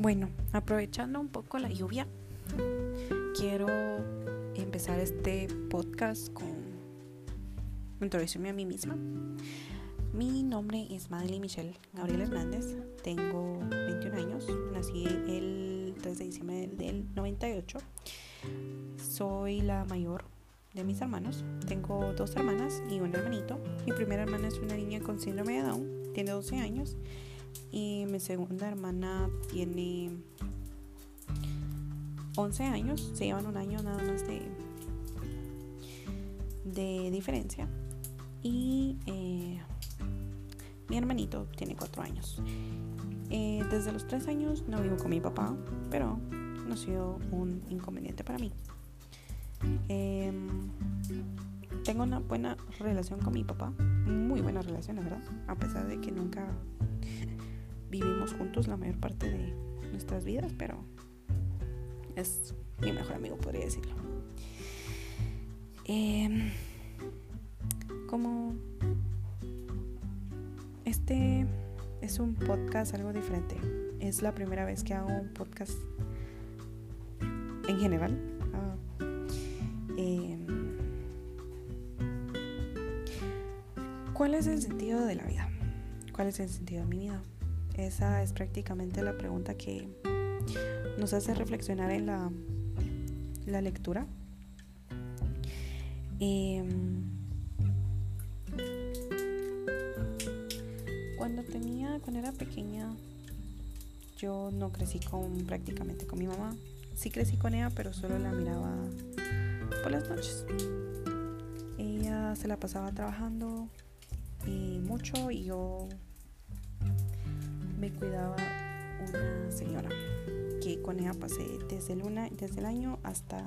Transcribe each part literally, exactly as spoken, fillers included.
Bueno, aprovechando un poco la lluvia, quiero empezar este podcast con introducirme a mí misma. Mi nombre es Madeline Michelle Gabriel Hernández, tengo veintiún años, nací el tres de diciembre del noventa y ocho, soy la mayor de mis hermanos, tengo dos hermanas y un hermanito. Mi primera hermana es una niña con síndrome de Down, tiene doce años, y mi segunda hermana tiene once años, se llevan un año nada más de, de diferencia. Y eh, mi hermanito tiene cuatro años. Eh, desde los tres años no vivo con mi papá, pero no ha sido un inconveniente para mí. Eh, tengo una buena relación con mi papá, muy buena relación, la verdad, a pesar de que nunca vivimos juntos la mayor parte de nuestras vidas, pero es mi mejor amigo, podría decirlo. Eh, como este es un podcast algo diferente, es la primera vez que hago un podcast en general. Uh, eh, ¿Cuál es el sentido de la vida? ¿Cuál es el sentido de mi vida? Esa es prácticamente la pregunta que nos hace reflexionar en la, la lectura. Eh, cuando tenía, cuando era pequeña, yo no crecí con prácticamente con mi mamá. Sí crecí con ella, pero solo la miraba por las noches. Ella se la pasaba trabajando y mucho, y yo me cuidaba una señora que con ella pasé desde el, una, desde el año hasta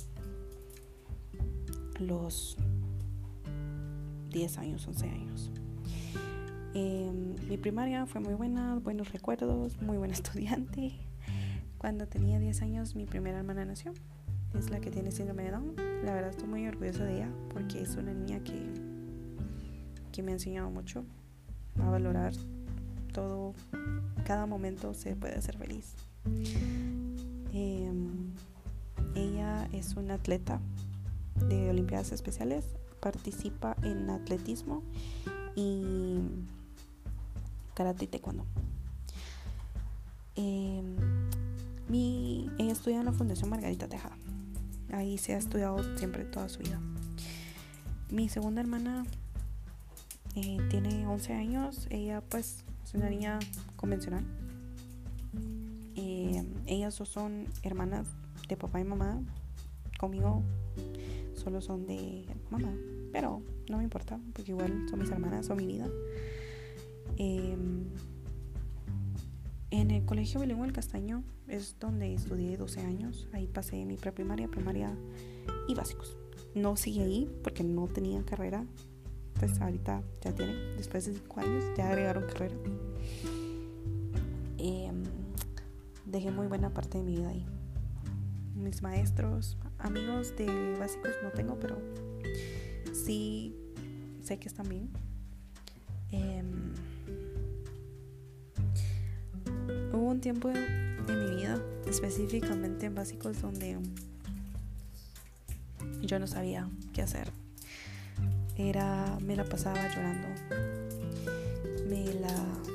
los diez años, once años. Eh, mi primaria fue muy buena, buenos recuerdos, muy buena estudiante. Cuando tenía diez años, mi primera hermana nació. Es la que tiene síndrome de Down. La verdad estoy muy orgullosa de ella porque es una niña que, que me ha enseñado mucho a valorar todo. Cada momento se puede ser feliz. Eh, ella es una atleta de Olimpiadas Especiales, participa en atletismo y karate y taekwondo. Eh, mi, ella estudia en la Fundación Margarita Tejada. Ahí se ha estudiado siempre toda su vida. Mi segunda hermana eh, tiene once años. Ella pues es una niña convencional. Eh, ellas dos son hermanas de papá y mamá. Conmigo solo son de mamá, pero no me importa porque igual son mis hermanas, son mi vida. Eh, en el colegio bilingüe El Castaño es donde estudié doce años. Ahí pasé mi preprimaria, primaria y básicos. No seguí ahí porque no tenía carrera. Pues ahorita ya tiene, después de cinco años ya agregaron carrera. Eh, dejé muy buena parte de mi vida ahí. Mis maestros, amigos de básicos no tengo, pero sí sé que están bien. Eh, hubo un tiempo de mi vida, específicamente en básicos, donde yo no sabía qué hacer. Era, me la pasaba llorando, me la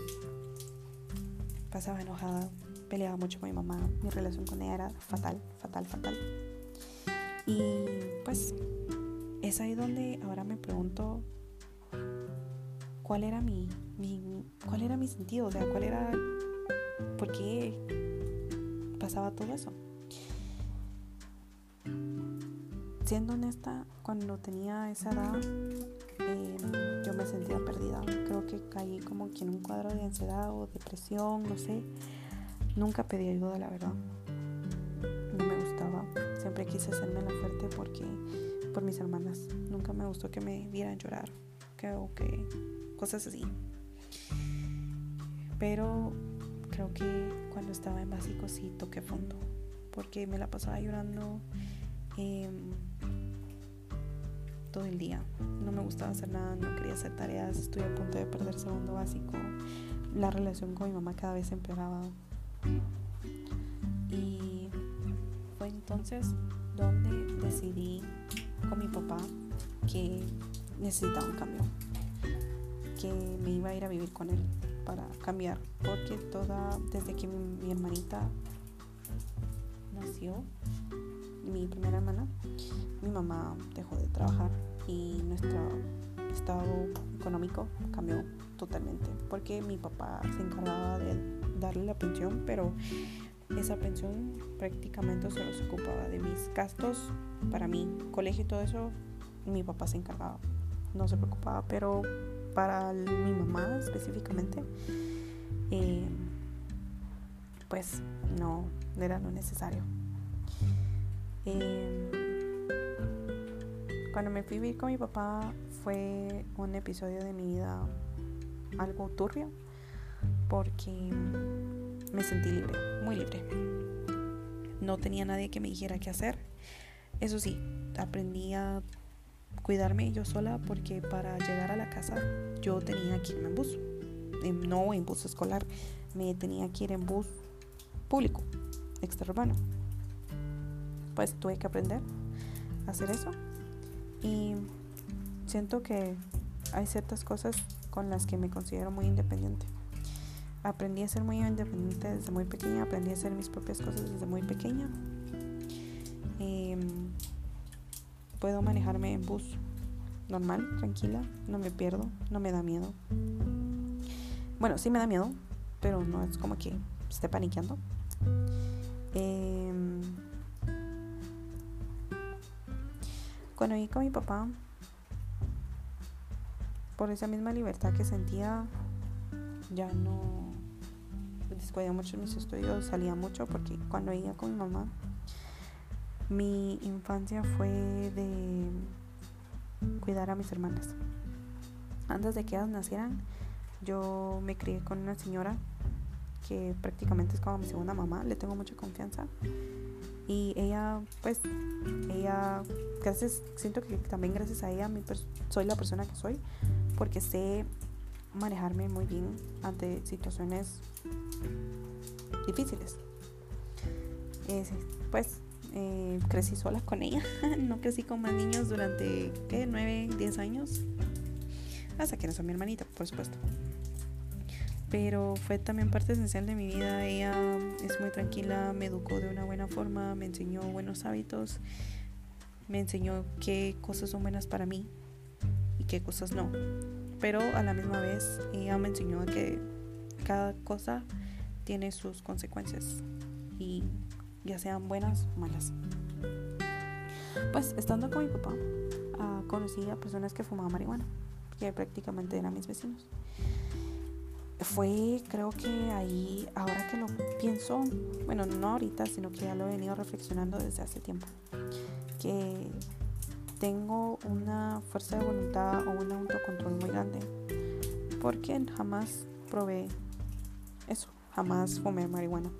pasaba enojada, peleaba mucho con mi mamá, mi relación con ella era fatal, fatal, fatal. Y pues es ahí donde ahora me pregunto cuál era mi, mi cuál era mi sentido, o sea, cuál era, por qué pasaba todo eso. Siendo honesta, cuando tenía esa edad, eh, yo me sentía perdida. Creo que caí como que en un cuadro de ansiedad o depresión, no sé. Nunca pedí ayuda, la verdad. No me gustaba. Siempre quise hacerme la fuerte porque por mis hermanas. Nunca me gustó que me vieran llorar, que, o que cosas así. Pero creo que cuando estaba en básico sí toqué fondo, porque me la pasaba llorando eh, todo el día. No me gustaba hacer nada, no quería hacer tareas, estuve a punto de perder segundo básico. La relación con mi mamá cada vez empeoraba. entonces donde decidí con mi papá que necesitaba un cambio, que me iba a ir a vivir con él para cambiar, porque toda desde que mi, mi hermanita nació, mi primera hermana, mi mamá dejó de trabajar y nuestro estado económico cambió totalmente, porque mi papá se encargaba de darle la pensión, pero esa pensión prácticamente solo se ocupaba de mis gastos para mi colegio y todo eso. Mi papá se encargaba, no se preocupaba, pero para el, mi mamá específicamente, eh, pues no era lo necesario. Eh, cuando me fui a vivir con mi papá fue un episodio de mi vida algo turbio, porque me sentí libre, muy libre. No tenía nadie que me dijera qué hacer. Eso sí, aprendí a cuidarme yo sola, porque para llegar a la casa yo tenía que irme en bus, no en bus escolar, me tenía que ir en bus público, extraurbano. Pues tuve que aprender a hacer eso, y siento que hay ciertas cosas con las que me considero muy independiente. Aprendí a ser muy independiente desde muy pequeña, aprendí a hacer mis propias cosas desde muy pequeña. Eh, puedo manejarme en bus normal, tranquila, no me pierdo, no me da miedo. Bueno, sí me da miedo, pero no es como que esté paniqueando. Eh, cuando viví con mi papá, por esa misma libertad que sentía, ya no descuidé mucho mis estudios, salía mucho, porque cuando iba con mi mamá, mi infancia fue de cuidar a mis hermanas. Antes de que ellas nacieran, yo me crié con una señora que prácticamente es como mi segunda mamá, le tengo mucha confianza. Y ella, pues, ella, gracias, siento que también gracias a ella mi pers- soy la persona que soy, porque sé manejarme muy bien ante situaciones difíciles. Eh, pues eh, crecí sola con ella, no crecí con más niños durante, ¿qué? nueve, diez años, hasta que nació mi hermanita, por supuesto. Pero fue también parte esencial de mi vida. Ella es muy tranquila, me educó de una buena forma, me enseñó buenos hábitos, me enseñó qué cosas son buenas para mí y qué cosas no. Pero a la misma vez ella me enseñó que cada cosa tiene sus consecuencias, y ya sean buenas o malas. Pues estando con mi papá, uh, conocí a personas que fumaban marihuana, que prácticamente eran mis vecinos. Fue, creo que ahí, ahora que lo pienso, bueno, no ahorita, sino que ya lo he venido reflexionando desde hace tiempo, que tengo una fuerza de voluntad o un autocontrol muy grande, porque jamás probé eso, jamás fumé marihuana.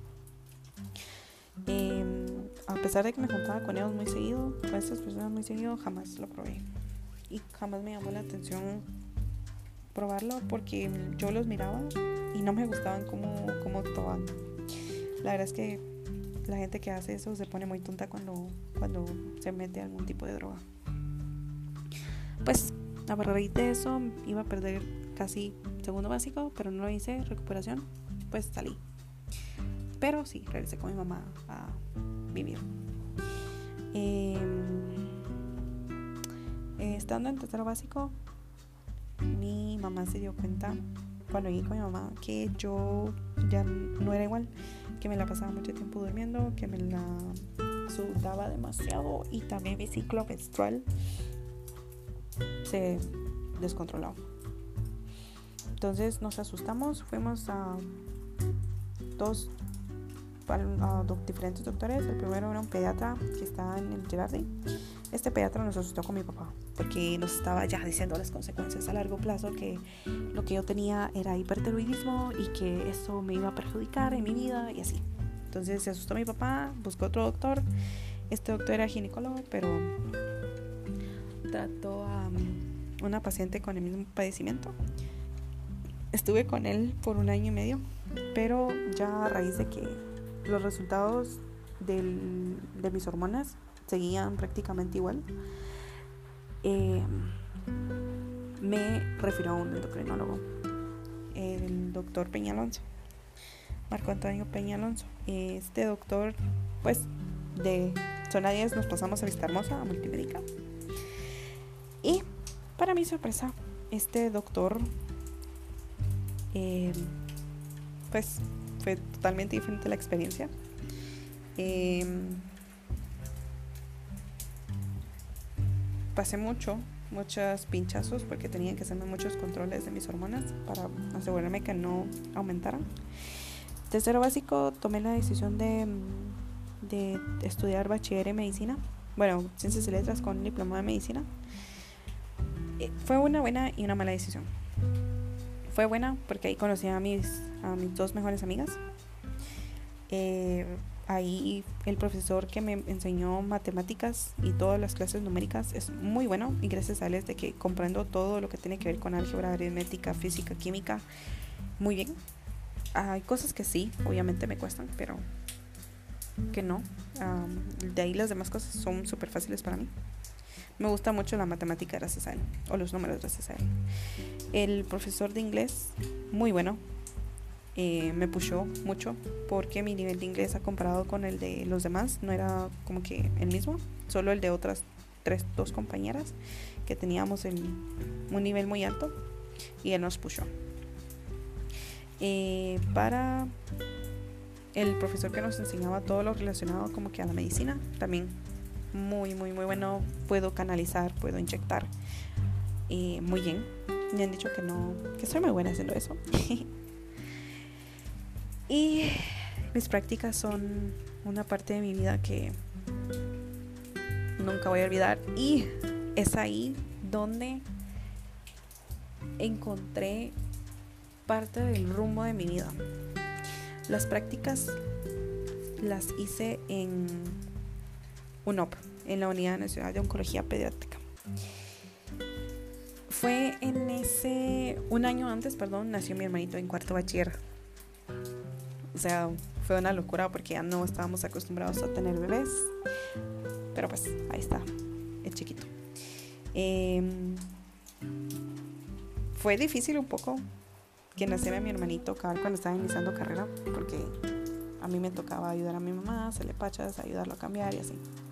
Eh, a pesar de que me juntaba con ellos muy seguido, con estas personas muy seguido, jamás lo probé. Y jamás me llamó la atención probarlo, porque yo los miraba y no me gustaban cómo, cómo actuaban. La verdad es que la gente que hace eso se pone muy tonta cuando, cuando se mete algún tipo de droga. Pues a raíz de eso iba a perder casi segundo básico, pero no lo hice, recuperación, pues salí. Pero sí, regresé con mi mamá a vivir. Eh, eh, estando en tercero básico, mi mamá se dio cuenta, cuando llegué con mi mamá, que yo ya no era igual, que me la pasaba mucho tiempo durmiendo, que me la sudaba demasiado, y también mi ciclo menstrual se descontroló. Entonces nos asustamos, fuimos a dos a, a do, diferentes doctores. El primero era un pediatra que estaba en el Gerardi. Este pediatra nos asustó con mi papá, porque nos estaba ya diciendo las consecuencias a largo plazo, que lo que yo tenía era hipertiroidismo y que eso me iba a perjudicar en mi vida y así. Entonces se asustó mi papá, buscó otro doctor. Este doctor era ginecólogo, pero trató a um, una paciente con el mismo padecimiento. Estuve con él por un año y medio, pero ya a raíz de que los resultados del, de mis hormonas seguían prácticamente igual, eh, me refirió a un endocrinólogo, el doctor Peña Alonso, Marco Antonio Peña Alonso. Este doctor, pues de zona diez nos pasamos a Vista Hermosa, a Multimédica, y para mi sorpresa este doctor eh, pues fue totalmente diferente la experiencia. eh, pasé mucho muchos pinchazos porque tenían que hacerme muchos controles de mis hormonas para asegurarme que no aumentaran. Tercero básico, tomé la decisión de, de estudiar bachiller en medicina, bueno, ciencias y letras con diploma de medicina. Eh, fue una buena y una mala decisión. Fue buena porque ahí conocí a mis, a mis dos mejores amigas. Eh, ahí el profesor que me enseñó matemáticas y todas las clases numéricas es muy bueno, y gracias a él es de que comprendo todo lo que tiene que ver con álgebra, aritmética, física, química muy bien. Hay cosas que sí, obviamente me cuestan, pero que no. Um, de ahí las demás cosas son súper fáciles para mí. Me gusta mucho la matemática gracias a él, o los números gracias a él. El profesor de inglés, muy bueno. Eh, me pushó mucho porque mi nivel de inglés a comparado con el de los demás no era como que el mismo, solo el de otras tres, dos compañeras que teníamos el, un nivel muy alto, y él nos pushó. Eh, para el profesor que nos enseñaba todo lo relacionado como que a la medicina, también muy muy muy bueno. Puedo canalizar, puedo inyectar eh, muy bien. Me han dicho que no, que soy muy buena haciendo eso. Y mis prácticas son una parte de mi vida que nunca voy a olvidar, y es ahí donde encontré parte del rumbo de mi vida. Las prácticas las hice en U N O P, en la Unidad Nacional de Oncología Pediátrica. Fue en ese, un año antes, perdón, nació mi hermanito en cuarto bachiller. O sea, fue una locura porque ya no estábamos acostumbrados a tener bebés. Pero pues, ahí está, el chiquito. Eh, fue difícil un poco que naciera mi hermanito cuando estaba iniciando carrera, porque a mí me tocaba ayudar a mi mamá, hacerle pachas, ayudarlo a cambiar y así.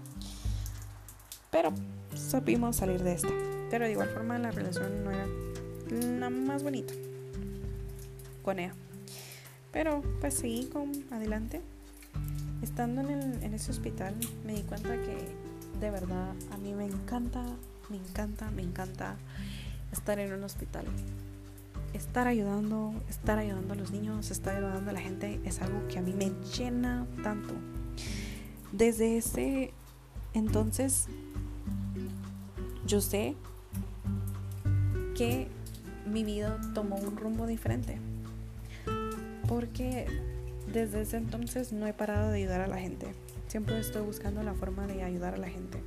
Pero supimos salir de esta. Pero de igual forma la relación no era la más bonita con ella. Pero pues seguí con adelante. Estando en, el, en ese hospital me di cuenta que de verdad a mí me encanta, me encanta, me encanta estar en un hospital. Estar ayudando, estar ayudando a los niños, estar ayudando a la gente es algo que a mí me llena tanto. Desde ese entonces yo sé que mi vida tomó un rumbo diferente, porque desde ese entonces no he parado de ayudar a la gente. Siempre estoy buscando la forma de ayudar a la gente.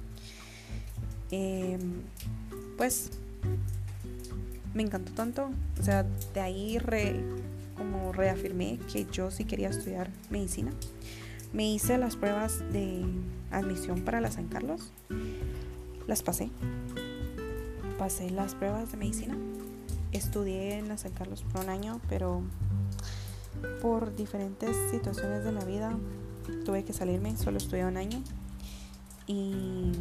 Eh, pues me encantó tanto, o sea, de ahí re, como reafirmé que yo sí quería estudiar medicina. Me hice las pruebas de admisión para la San Carlos, las pasé, pasé las pruebas de medicina. Estudié en la San Carlos por un año, pero por diferentes situaciones de la vida tuve que salirme, solo estudié un año. Y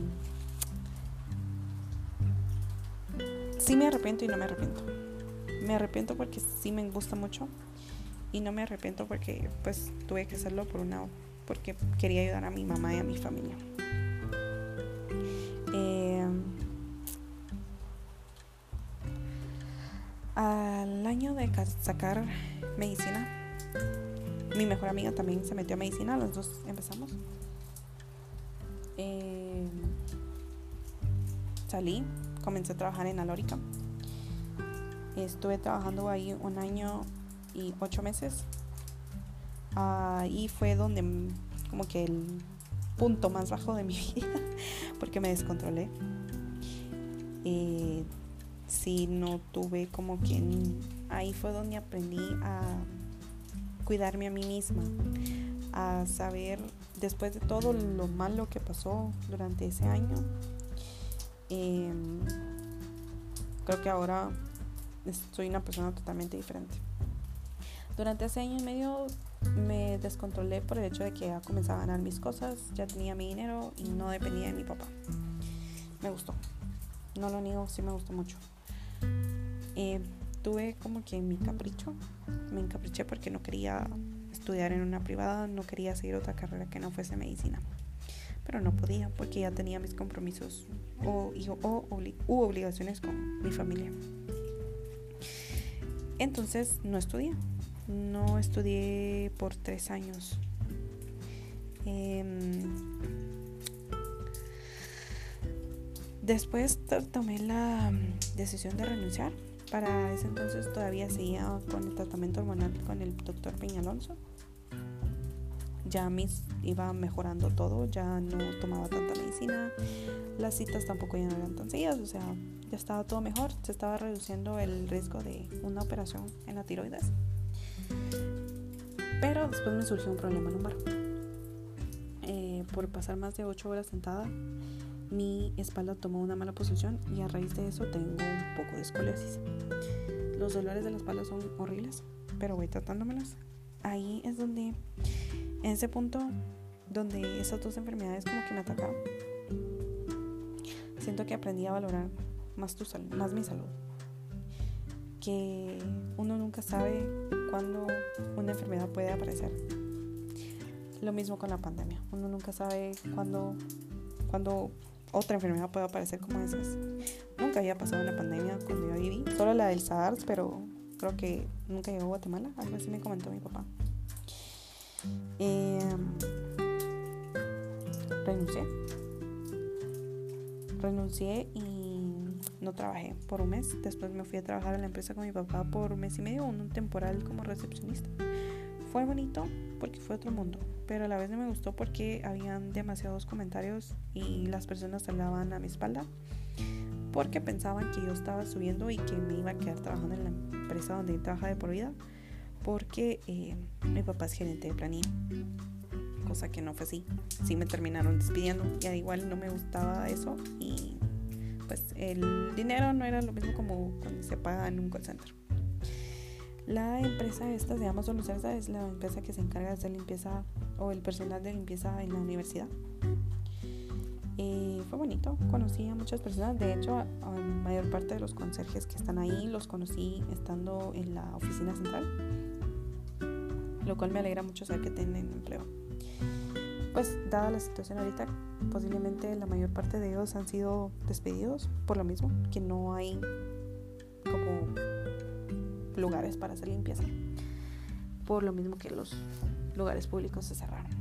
sí me arrepiento y no me arrepiento. Me arrepiento porque sí me gusta mucho, y no me arrepiento porque pues tuve que hacerlo por una porque quería ayudar a mi mamá y a mi familia. Eh, al año de sacar medicina, mi mejor amiga también se metió a medicina, los dos empezamos. Eh, salí, comencé a trabajar en Alórica. Estuve trabajando ahí un año y ocho meses. Ahí fue donde como que el punto más bajo de mi vida, porque me descontrolé. Eh, sí, no tuve como que... Ahí fue donde aprendí a cuidarme a mí misma, a saber después de todo lo malo que pasó durante ese año, eh, creo que ahora soy una persona totalmente diferente. Durante ese año y medio me descontrolé por el hecho de que ya comenzaba a ganar mis cosas, ya tenía mi dinero y no dependía de mi papá. Me gustó, no lo niego, sí me gustó mucho. Eh, tuve como que mi capricho, me encapriché porque no quería estudiar en una privada, no quería seguir otra carrera que no fuese medicina, pero no podía porque ya tenía mis compromisos o, o, o u obligaciones con mi familia. Entonces no estudié, no estudié por tres años. Eh, después tomé la decisión de renunciar. Para ese entonces todavía seguía con el tratamiento hormonal con el doctor Peñalonso. Ya mis iba mejorando todo, ya no tomaba tanta medicina, las citas tampoco ya no eran tan seguidas, o sea, ya estaba todo mejor, se estaba reduciendo el riesgo de una operación en la tiroides. Pero después me surgió un problema lumbar. Eh, por pasar más de ocho horas sentada, mi espalda tomó una mala posición y a raíz de eso tengo un poco de escoliosis. Los dolores de la espalda son horribles, pero voy tratándomelos. Ahí es donde, en ese punto donde esas dos enfermedades como que me atacaron, siento que aprendí a valorar más tu salud, más mi salud. Que uno nunca sabe cuándo una enfermedad puede aparecer. Lo mismo con la pandemia, uno nunca sabe cuándo, cuándo otra enfermedad puede aparecer como esas. Nunca había pasado una pandemia cuando yo viví, solo la del SARS, pero creo que nunca llegó a Guatemala, algo así me comentó mi papá. Eh, renuncié. Renuncié y no trabajé por un mes. Después me fui a trabajar en la empresa con mi papá por un mes y medio, un temporal como recepcionista. Fue bonito porque fue otro mundo, pero a la vez no me gustó porque habían demasiados comentarios y las personas hablaban a mi espalda porque pensaban que yo estaba subiendo y que me iba a quedar trabajando en la empresa donde trabaja de por vida, porque eh, mi papá es gerente de planilla, cosa que no fue así. Sí me terminaron despidiendo, ya igual no me gustaba eso y pues el dinero no era lo mismo como cuando se paga en un call center. La empresa esta se llama Solucersa, es la empresa que se encarga de hacer limpieza o el personal de limpieza en la universidad. Eh, fue bonito, conocí a muchas personas, de hecho a la mayor parte de los conserjes que están ahí los conocí estando en la oficina central, lo cual me alegra mucho saber que tienen empleo. Pues dada la situación ahorita, posiblemente la mayor parte de ellos han sido despedidos por lo mismo, que no hay como lugares para hacer limpieza, por lo mismo que los lugares públicos se cerraron.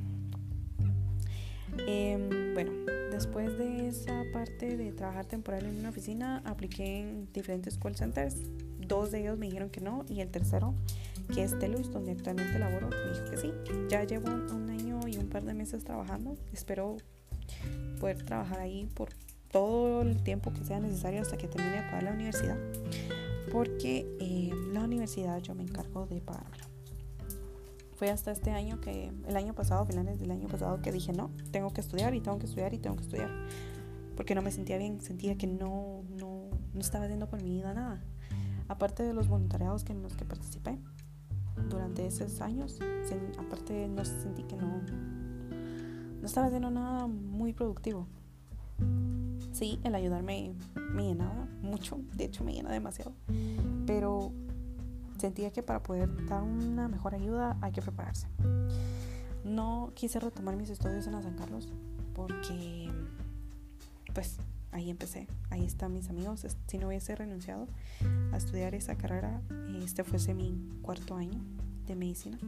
Eh, bueno, después de esa parte de trabajar temporal en una oficina, apliqué en diferentes call centers. Dos de ellos me dijeron que no y el tercero, que es Telus, donde actualmente laboro, me dijo que sí. Ya llevo un año y un par de meses trabajando. Espero poder trabajar ahí por todo el tiempo que sea necesario hasta que termine de pagar la universidad, porque eh, la universidad yo me encargo de pagármela. Fue hasta este año que, el año pasado, finales del año pasado, que dije no, tengo que estudiar y tengo que estudiar y tengo que estudiar, porque no me sentía bien, sentía que no, no, no estaba haciendo por mi vida nada. Aparte de los voluntariados en los que participé durante esos años, aparte no sentí que no, no estaba haciendo nada muy productivo. Sí, el ayudarme me llenaba mucho, de hecho me llena demasiado, pero sentía que para poder dar una mejor ayuda hay que prepararse. No quise retomar mis estudios en la San Carlos porque pues ahí empecé, ahí están mis amigos. Si no hubiese renunciado a estudiar esa carrera, este fuese mi cuarto año de medicina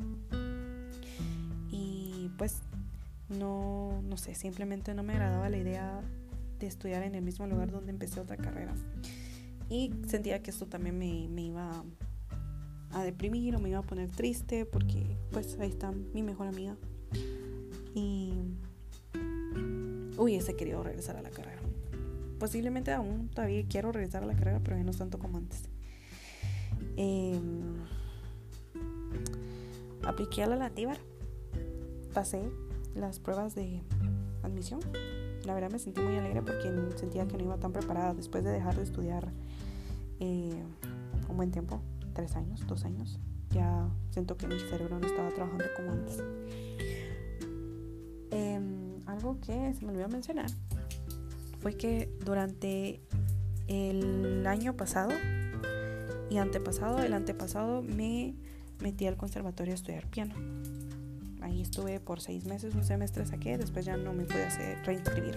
y pues no, no sé, simplemente no me agradaba la idea de estudiar en el mismo lugar donde empecé otra carrera y sentía que esto también me, me iba a deprimir o me iba a poner triste, porque pues ahí está mi mejor amiga y hubiese querido regresar a la carrera. Posiblemente aún todavía quiero regresar a la carrera, pero ya no es tanto como antes. eh, apliqué a la Landívar, pasé las pruebas de admisión, la verdad me sentí muy alegre porque sentía que no iba tan preparada después de dejar de estudiar eh, un buen tiempo, tres años, dos años. Ya siento que mi cerebro no estaba trabajando como antes. Eh, algo que se me olvidó mencionar fue que durante el año pasado y antepasado, el antepasado me metí al conservatorio a estudiar piano. Ahí estuve por seis meses, un semestre saqué, después ya no me pude hacer reinscribir.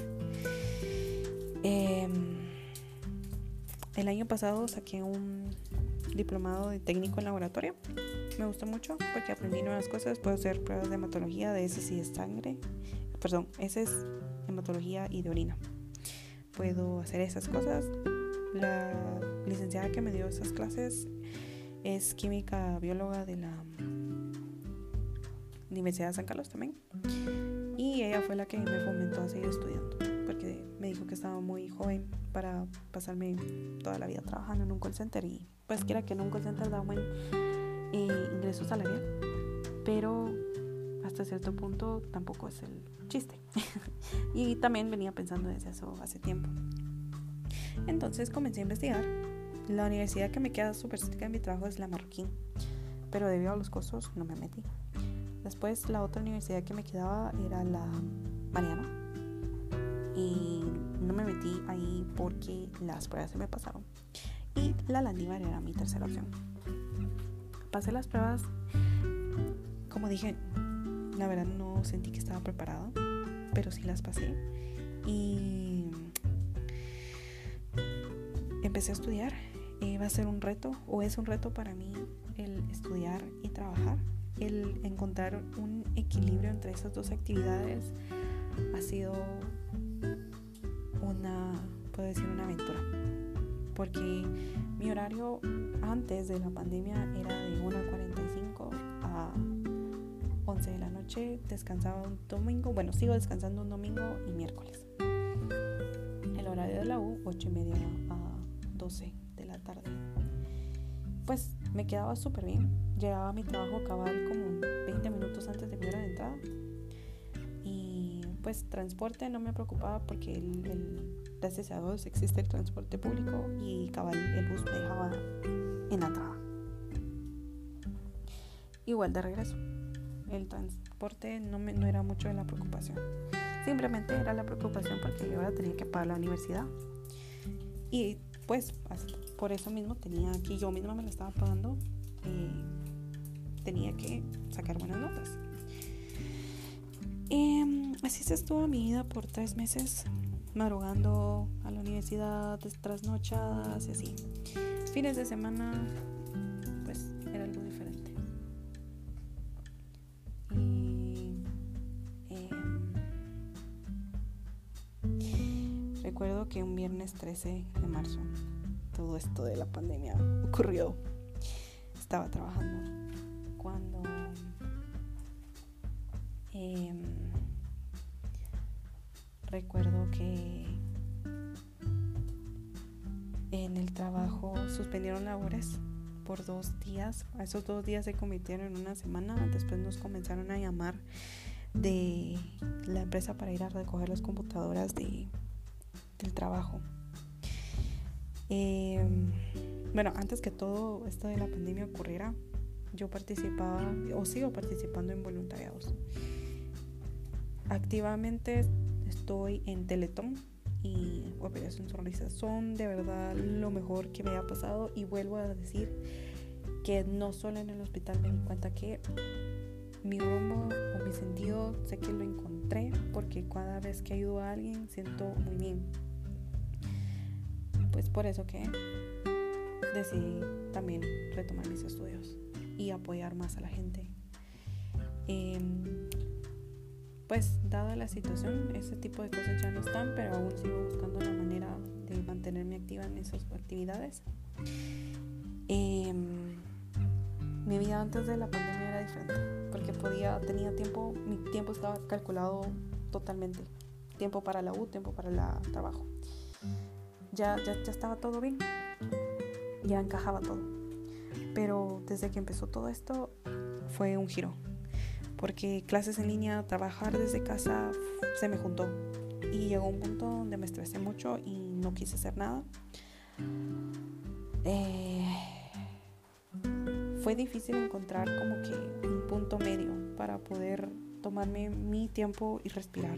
Eh, el año pasado saqué un diplomado de técnico en laboratorio. Me gustó mucho porque aprendí nuevas cosas. Puedo hacer pruebas de hematología, de heces y de sangre. Perdón, heces, hematología y de orina. Puedo hacer esas cosas. La licenciada que me dio esas clases es química bióloga de la Universidad de San Carlos también. Y ella fue la que me fomentó a seguir estudiando, porque me dijo que estaba muy joven para pasarme toda la vida trabajando en un call center. Y pues quiera que en un call center da buen eh, ingreso salarial, pero hasta cierto punto tampoco es el chiste. Y también venía pensando desde eso hace tiempo. Entonces comencé a investigar. La universidad que me queda súper cerca de mi trabajo es la Marroquín, pero debido a los costos no me metí. Después la otra universidad que me quedaba era la Mariana y no me metí ahí porque las pruebas se me pasaron. Y la Landívar era mi tercera opción. Pasé las pruebas, como dije, la verdad no sentí que estaba preparada, pero sí las pasé y empecé a estudiar. Eh, va a ser un reto, o es un reto para mí, el estudiar y trabajar. El encontrar un equilibrio entre esas dos actividades ha sido una, puedo decir, una aventura, porque mi horario antes de la pandemia era de una cuarenta y cinco a once de la noche. Descansaba un domingo, bueno, sigo descansando un domingo y miércoles. El horario de la U, ocho y media a doce de la tarde. Pues me quedaba súper bien. Llegaba a mi trabajo cabal como veinte minutos antes de mi hora de entrada. Y pues transporte no me preocupaba porque el, el, gracias a Dios existe el transporte público y cabal el bus me dejaba en la entrada. Igual de regreso. El transporte no, me, no era mucho de la preocupación. Simplemente era la preocupación porque yo ahora tenía que pagar la universidad. Y pues por eso mismo tenía que, yo misma me la estaba pagando. Eh, tenía que sacar buenas notas. Eh, así se estuvo mi vida por tres meses, madrugando a la universidad, trasnochadas y así. Fines de semana, pues era algo diferente. Y eh, recuerdo que un viernes trece de marzo, todo esto de la pandemia ocurrió. Estaba trabajando cuando eh, recuerdo que en el trabajo suspendieron labores por dos días. Esos dos días se convirtieron en una semana. Después nos comenzaron a llamar de la empresa para ir a recoger las computadoras de, del trabajo. Eh, bueno, antes que todo esto de la pandemia ocurriera, yo participaba o sigo participando en voluntariados. Activamente estoy en Teletón y Operación Sonrisa. Son de verdad lo mejor que me ha pasado, y vuelvo a decir que no solo en el hospital me di cuenta que mi rumbo o mi sentido, sé que lo encontré, porque cada vez que ayudo a alguien siento muy bien. Pues por eso que decidí también retomar mis estudios y apoyar más a la gente. Eh, pues dada la situación, ese tipo de cosas ya no están, pero aún sigo buscando la manera de mantenerme activa en esas actividades. Eh, mi vida antes de la pandemia era diferente, porque podía, tenía tiempo, mi tiempo estaba calculado totalmente. Tiempo para la U, tiempo para el trabajo. Ya, ya, ya estaba todo bien, ya encajaba todo. Pero desde que empezó todo esto fue un giro, porque clases en línea, trabajar desde casa, se me juntó. Y llegó un punto donde me estresé mucho y no quise hacer nada. Eh, fue difícil encontrar como que un punto medio para poder tomarme mi tiempo y respirar.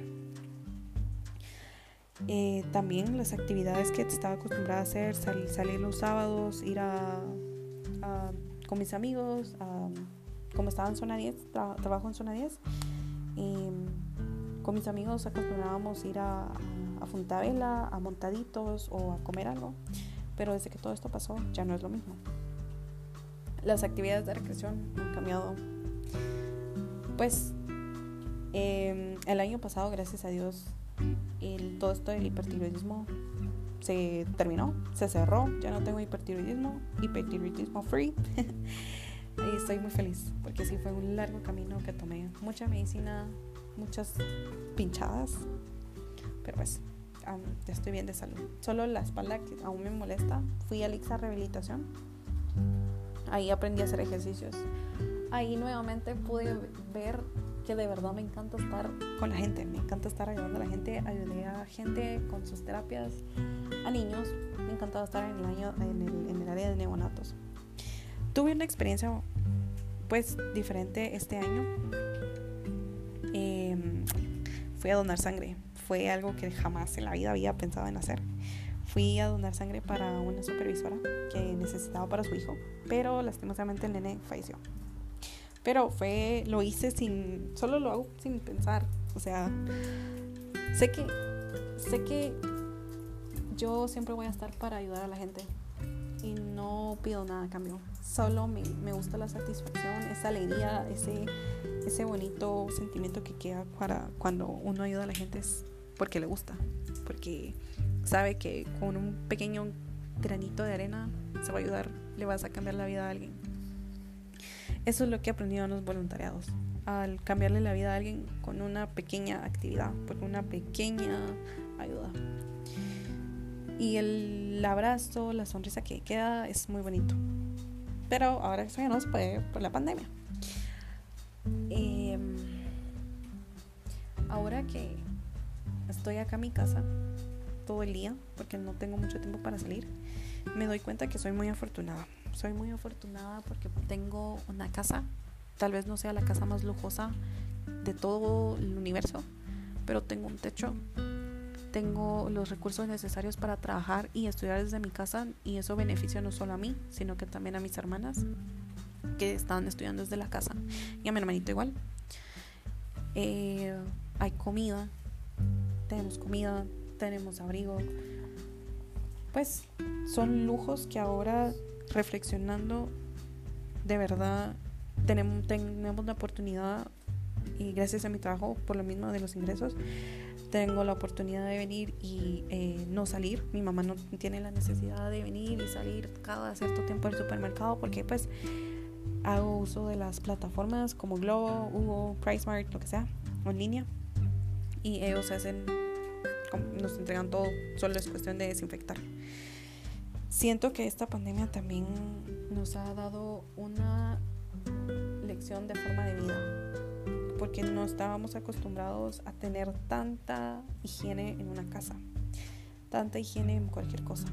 Eh, también las actividades que estaba acostumbrada a hacer, salir, salir los sábados, ir a, a con mis amigos, a, como estaba en zona diez, tra- trabajo en zona diez, eh, con mis amigos acostumbrábamos ir a, a Funtavela, a Montaditos o a comer algo, pero desde que todo esto pasó ya no es lo mismo. Las actividades de recreación han cambiado. Pues eh, el año pasado, gracias a Dios, el, todo esto del hipertiroidismo se terminó, se cerró, ya no tengo hipertiroidismo, hipertiroidismo free. Y estoy muy feliz porque sí fue un largo camino que tomé, mucha medicina, muchas pinchadas, pero pues um, ya estoy bien de salud. Solo la espalda que aún me molesta. Fui a Lixa Rehabilitación, ahí aprendí a hacer ejercicios, ahí nuevamente pude ver que de verdad me encanta estar con la gente, me encanta estar ayudando a la gente. Ayudé a gente con sus terapias, a niños, me encantaba estar en el, año, en el, en el área de neonatos. Tuve una experiencia pues diferente este año. Eh, fui a donar sangre. Fue algo que jamás en la vida había pensado en hacer. Fui a donar sangre para una supervisora que necesitaba para su hijo, pero lastimosamente el nene falleció. Pero fue, lo hice sin, solo lo hago sin pensar. O sea, sé que, sé que yo siempre voy a estar para ayudar a la gente y no pido nada a cambio. Solo me, me gusta la satisfacción, esa alegría, ese, ese bonito sentimiento que queda para cuando uno ayuda a la gente, es porque le gusta, porque sabe que con un pequeño granito de arena se va a ayudar, le vas a cambiar la vida a alguien. Eso es lo que he aprendido en los voluntariados, al cambiarle la vida a alguien con una pequeña actividad, con una pequeña ayuda. Y el abrazo, la sonrisa que queda es muy bonito. Pero ahora eso ya no se puede por la pandemia. Eh, ahora que estoy acá en mi casa todo el día, porque no tengo mucho tiempo para salir, me doy cuenta que soy muy afortunada. Soy muy afortunada porque tengo una casa. Tal vez no sea la casa más lujosa de todo el universo, pero tengo un techo. Tengo los recursos necesarios para trabajar y estudiar desde mi casa, y eso beneficia no solo a mí, sino que también a mis hermanas que están estudiando desde la casa, y a mi hermanito igual. Eh, hay comida, tenemos comida, tenemos abrigo. Pues son lujos que ahora, reflexionando, de verdad tenemos, tenemos la oportunidad, y gracias a mi trabajo, por lo mismo de los ingresos, tengo la oportunidad de venir y eh, no salir. Mi mamá no tiene la necesidad de venir y salir cada cierto tiempo al supermercado, porque pues hago uso de las plataformas como Globo, Hugo, PriceMart, lo que sea, en línea, y ellos hacen, nos entregan todo, solo es cuestión de desinfectar. Siento que esta pandemia también nos ha dado una lección de forma de vida, porque no estábamos acostumbrados a tener tanta higiene en una casa, tanta higiene en cualquier cosa.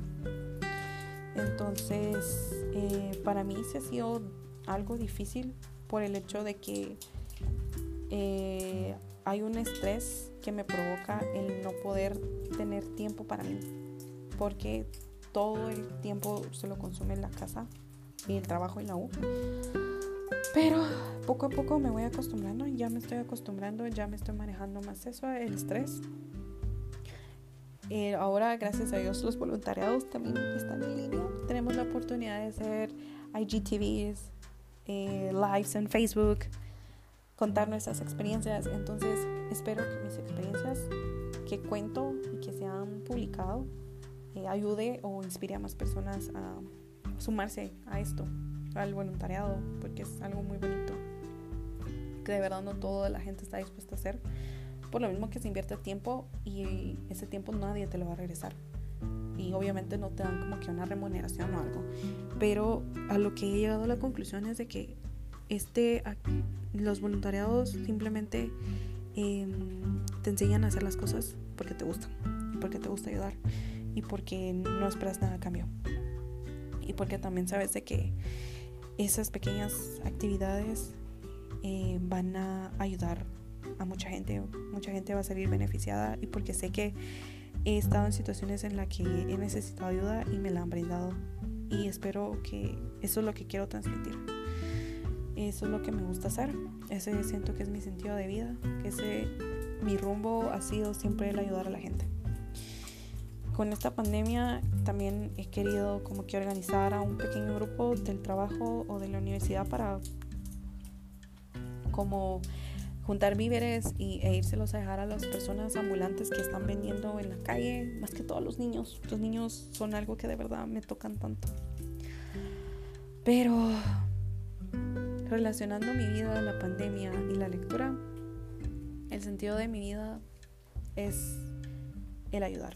Entonces, eh, para mí sí ha sido algo difícil por el hecho de que eh, hay un estrés que me provoca el no poder tener tiempo para mí, porque todo el tiempo se lo consume en la casa y el trabajo y la U. Pero poco a poco me voy acostumbrando, ya me estoy acostumbrando, ya me estoy manejando más eso, el estrés. Eh, ahora, gracias a Dios, los voluntariados también están en línea. Tenemos la oportunidad de hacer I G T Vs, eh, lives en Facebook, contar nuestras experiencias. Entonces, espero que mis experiencias que cuento y que se han publicado eh, ayude o inspire a más personas a sumarse a esto, al voluntariado, porque es algo muy bonito que de verdad no toda la gente está dispuesta a hacer, por lo mismo que se invierte tiempo y ese tiempo nadie te lo va a regresar, y obviamente no te dan como que una remuneración o algo, pero a lo que he llegado a la conclusión es de que este, los voluntariados simplemente eh, te enseñan a hacer las cosas porque te gustan, porque te gusta ayudar y porque no esperas nada a cambio. Y porque también sabes de que esas pequeñas actividades eh, van a ayudar a mucha gente. Mucha gente va a salir beneficiada, y porque sé que he estado en situaciones en las que he necesitado ayuda y me la han brindado. Y espero que eso es lo que quiero transmitir. Eso es lo que me gusta hacer. Ese siento que es mi sentido de vida. Que ese, mi rumbo ha sido siempre el ayudar a la gente. Con esta pandemia también he querido como que organizar a un pequeño grupo del trabajo o de la universidad para como juntar víveres y, e írselos a dejar a las personas ambulantes que están vendiendo en la calle, más que todos los niños. Los niños son algo que de verdad me tocan tanto. Pero relacionando mi vida a la pandemia y la lectura, el sentido de mi vida es el ayudar.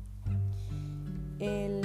El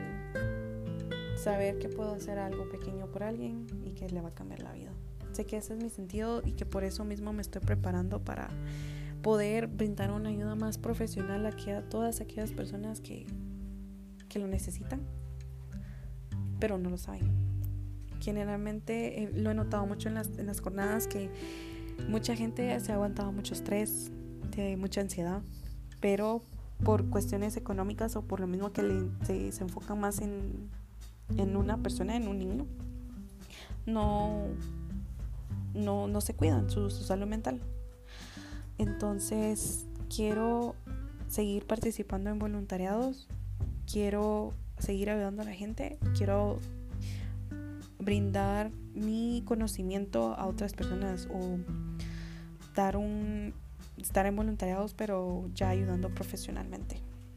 saber que puedo hacer algo pequeño por alguien y que le va a cambiar la vida. Sé que ese es mi sentido y que por eso mismo me estoy preparando para poder brindar una ayuda más profesional a, que a todas aquellas personas que, que lo necesitan, pero no lo saben. Generalmente eh, lo he notado mucho en las, en las jornadas, que mucha gente se ha aguantado mucho estrés, de mucha ansiedad, pero por cuestiones económicas o por lo mismo que le, se, se enfocan más en, en una persona, en un niño, no, no, no se cuidan su, su salud mental. Entonces quiero seguir participando en voluntariados, quiero seguir ayudando a la gente, quiero brindar mi conocimiento a otras personas o dar un estar en voluntariados, pero ya ayudando profesionalmente.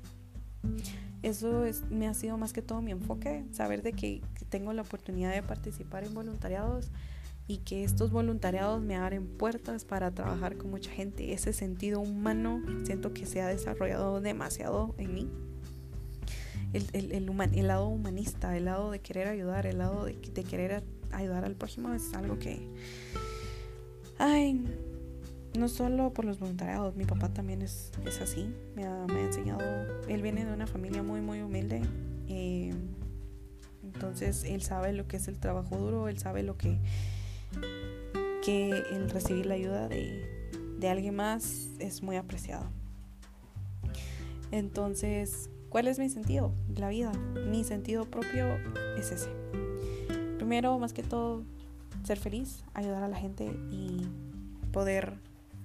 Eso es, me ha sido más que todo mi enfoque, saber de que, que tengo la oportunidad de participar en voluntariados y que estos voluntariados me abren puertas para trabajar con mucha gente. Ese sentido humano siento que se ha desarrollado demasiado en mí. El, el, el, human, el lado humanista, el lado de querer ayudar, el lado de, de querer ayudar al prójimo es algo que... Ay... No solo por los voluntariados, mi papá también es, es así, me ha, me ha enseñado, él viene de una familia muy muy humilde, eh, entonces él sabe lo que es el trabajo duro, él sabe lo que, que el recibir la ayuda de, de alguien más es muy apreciado. Entonces, ¿cuál es mi sentido? La vida, mi sentido propio es ese. Primero, más que todo, ser feliz, ayudar a la gente y poder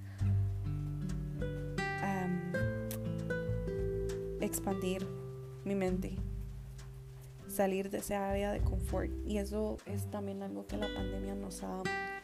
expandir mi mente, salir de esa área de confort. Y eso es también algo que la pandemia nos ha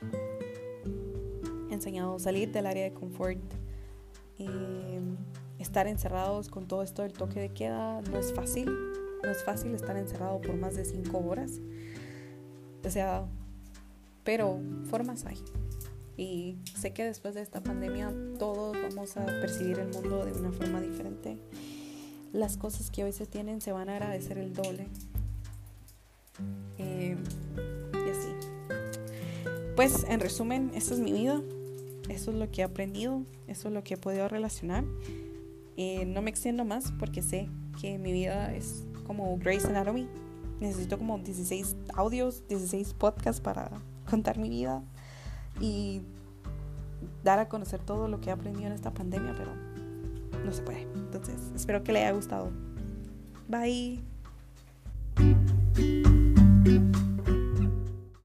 enseñado, salir del área de confort. Eh, estar encerrados con todo esto del toque de queda no es fácil, no es fácil estar encerrado por más de cinco horas, o sea, pero formas hay. Y sé que después de esta pandemia todos vamos a percibir el mundo de una forma diferente. Las cosas que hoy se tienen se van a agradecer el doble. Eh, y así. Pues en resumen, esta es mi vida. Eso es lo que he aprendido. Eso es lo que he podido relacionar. Eh, no me extiendo más porque sé que mi vida es como Grey's Anatomy. Necesito como dieciséis audios, dieciséis podcasts para contar mi vida y dar a conocer todo lo que he aprendido en esta pandemia, pero no se puede. Entonces, espero que le haya gustado. Bye.